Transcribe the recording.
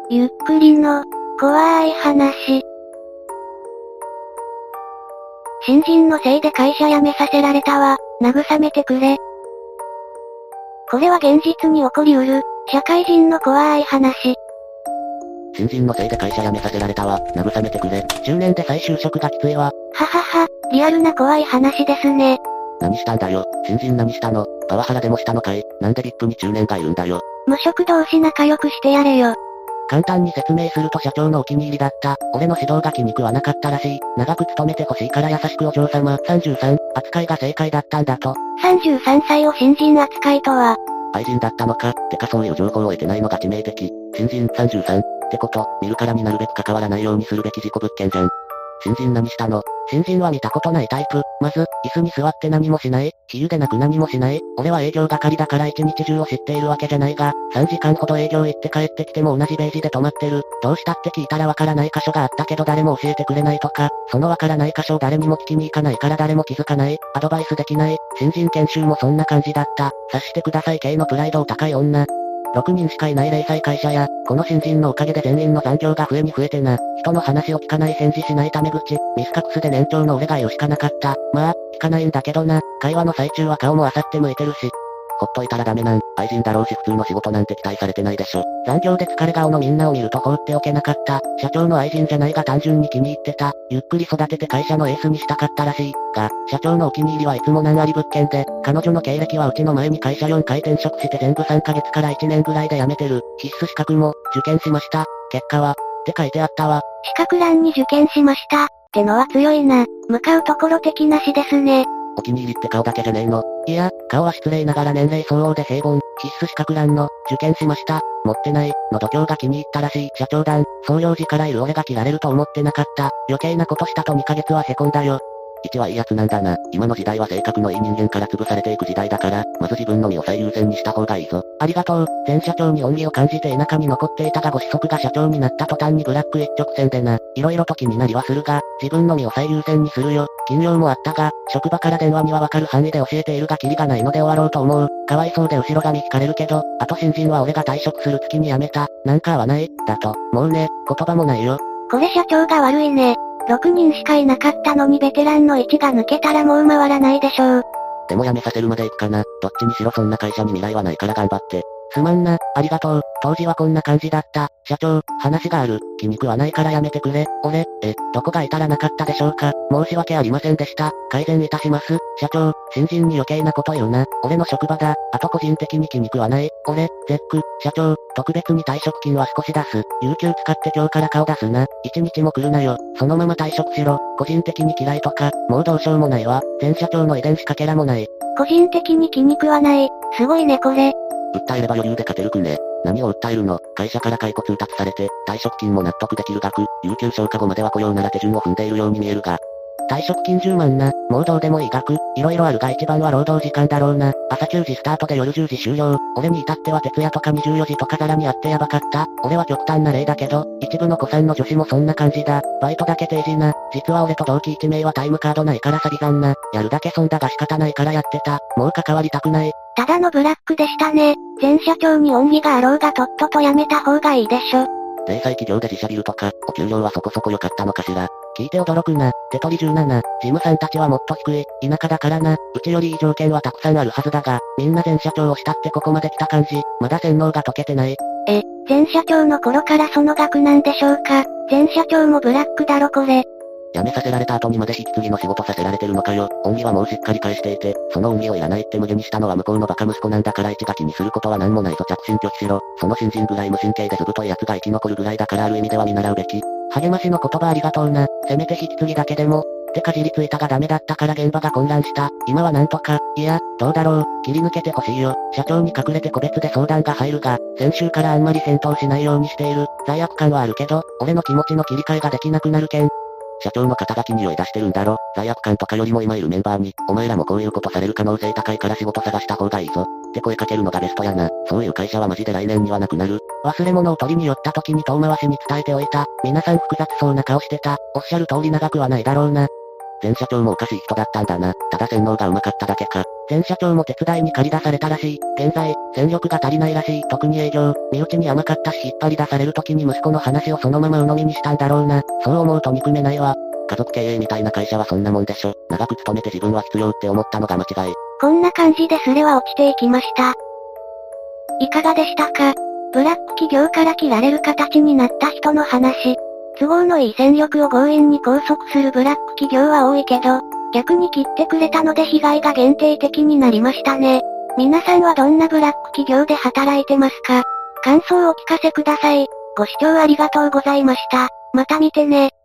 ゆっくりの、怖い話。新人のせいで会社辞めさせられたわ、慰めてくれ。これは現実に起こりうる、社会人の怖い話。 新人のせいで会社辞めさせられたわ、慰めてくれ。中年で再就職がきついわ。 ははは、リアルな怖い話ですね。 何したんだよ、新人何したの？パワハラでもしたのかい？なんで VIP に中年がいるんだよ。 無職同士仲良くしてやれよ。 簡単に説明すると社長のお気に入りだった。俺の指導が気に食わなかったらしい。長く勤めてほしいから優しくお嬢様。33、扱いが正解だったんだと。 33歳を新人扱いとは。 愛人だったのか。てかそういう情報を得てないのが致命的。新人33ってこと、見るからになるべく関わらないようにするべき事故物件じゃん。新人何したの？新人は見たことないタイプ。まず、椅子に座って何もしない。比喩でなく何もしない。俺は営業係だから一日中を知っているわけじゃないが、3時間ほど営業行って帰ってきても同じベージで止まってる。どうしたって聞いたらわからない箇所があったけど誰も教えてくれないとか、そのわからない箇所を誰にも聞きに行かないから誰も気づかない。アドバイスできない。新人研修もそんな感じだった。察してください系のプライド高い女。6人しかいない零細会社や、この新人のおかげで全員の残業が増えに増えてな。人の話を聞かない返事しないタメ口、ミスカックスで年長の俺が言うしかなかった。まあ、聞かないんだけどな。会話の最中は顔もあさって向いてるし。ほっといたらダメなん。愛人だろうし普通の仕事なんて期待されてないでしょ。残業で疲れ顔のみんなを見ると放っておけなかった。社長の愛人じゃないが単純に気に入ってた。ゆっくり育てて会社のエースにしたかったらしい。が、社長のお気に入りはいつも難あり物件で、彼女の経歴はうちの前に会社4回転職して全部3ヶ月から1年ぐらいで辞めてる。必須資格も、受験しました。結果は、って書いてあったわ。 資格欄に受験しました。ってのは強いな。向かうところ的なしですね。 お気に入りって顔だけじゃねえの。いや、顔は失礼ながら年齢相応で平凡。必須資格欄の、受験しました。持ってない、の度胸が気に入ったらしい。社長団、創業時からいる俺が切られると思ってなかった。余計なことしたと2ヶ月は凹んだよ。1はいいやつなんだな。今の時代は性格のいい人間から潰されていく時代だから、まず自分の身を最優先にした方がいいぞ。ありがとう。前社長に恩義を感じて田舎に残っていたがご子息が社長になった途端にブラック一直線でな。色々と気になりはするが、自分の身を最優先にするよ。金曜もあったが、職場から電話にはわかる範囲で教えているがキリがないので終わろうと思う。かわいそうで後ろ髪引かれるけど、あと新人は俺が退職する月に辞めた。なんか合わない、だと。もうね、言葉もないよ。 これ社長が悪いね。6人しかいなかったのにベテランの位置が抜けたらもう回らないでしょう。 でも辞めさせるまで行くかな。どっちにしろそんな会社に未来はないから頑張って。すまんな、ありがとう。当時はこんな感じだった。社長、話がある。気に食わないからやめてくれ。俺、どこが至らなかったでしょうか。申し訳ありませんでした。改善いたします。社長、新人に余計なこと言うな。俺の職場だ。あと個人的に気に食わない。俺、ゼック、社長、特別に退職金は少し出す。有給使って今日から顔出すな。一日も来るなよ。そのまま退職しろ。個人的に嫌いとか、もうどうしようもないわ。前社長の遺伝子かけらもない。 個人的に気に食わない。すごいねこれ。 訴えれば余裕で勝てるくね。何を訴えるの？会社から解雇通達されて、退職金も納得できる額、有給消化後までは雇用なら手順を踏んでいるように見えるが。退職金10万な、もうどうでもいい額、いろいろあるが一番は労働時間だろうな。朝9時スタートで夜10時終了。俺に至っては徹夜とか24時とかざらにあってやばかった。俺は極端な例だけど、一部の子さんの女子もそんな感じだ。バイトだけ定時な。実は俺と同期1名はタイムカードないから詐欺残な。やるだけ損だが仕方ないからやってた。もう関わりたくない。 ただのブラックでしたね。前社長に恩義があろうがとっとと辞めた方がいいでしょ。 零細企業で自社ビルとか、お給料はそこそこ良かったのかしら。聞いて驚くな。手取り17、事務さんたちはもっと低い。田舎だからな。うちよりいい条件はたくさんあるはずだが、みんな前社長を慕ってここまで来た感じ。まだ洗脳が解けてない。 前社長の頃からその額なんでしょうか。前社長もブラックだろこれ。 辞めさせられた後にまで引き継ぎの仕事させられてるのかよ。恩義はもうしっかり返していて、その恩義をいらないって無理にしたのは向こうのバカ息子なんだから一が気にすることは何もないぞ着信拒否しろ。その新人ぐらい無神経でずぶとい奴が生き残るぐらいだからある意味では見習うべき。励ましの言葉ありがとうな。せめて引き継ぎだけでも。ってかじりついたがダメだったから現場が混乱した。今はなんとか、いや、どうだろう、切り抜けてほしいよ。社長に隠れて個別で相談が入るが、先週からあんまり返答しないようにしている。罪悪感はあるけど、俺の気持ちの切り替えができなくなるけん。社長の肩書きに酔い出してるんだろ。罪悪感とかよりも今いるメンバーに、お前らもこういうことされる可能性高いから仕事探した方がいいぞ。って声かけるのがベストやな。そういう会社はマジで来年にはなくなる。忘れ物を取りに寄った時に遠回しに伝えておいた。皆さん複雑そうな顔してた。おっしゃる通り長くはないだろうな。前社長もおかしい人だったんだな。ただ洗脳が上手かっただけか。 前社長も手伝いに借り出されたらしい。現在、戦力が足りないらしい。特に営業、身内に甘かったし引っ張り出される時に息子の話をそのまま鵜呑みにしたんだろうな。そう思うと憎めないわ。家族経営みたいな会社はそんなもんでしょ。長く勤めて自分は必要って思ったのが間違い。 こんな感じでスレは落ちていきました。いかがでしたか？ブラック企業から切られる形になった人の話。都合のいい戦力を強引に拘束するブラック企業は多いけど、逆に切ってくれたので被害が限定的になりましたね。皆さんはどんなブラック企業で働いてますか？感想をお聞かせください。ご視聴ありがとうございました。また見てね。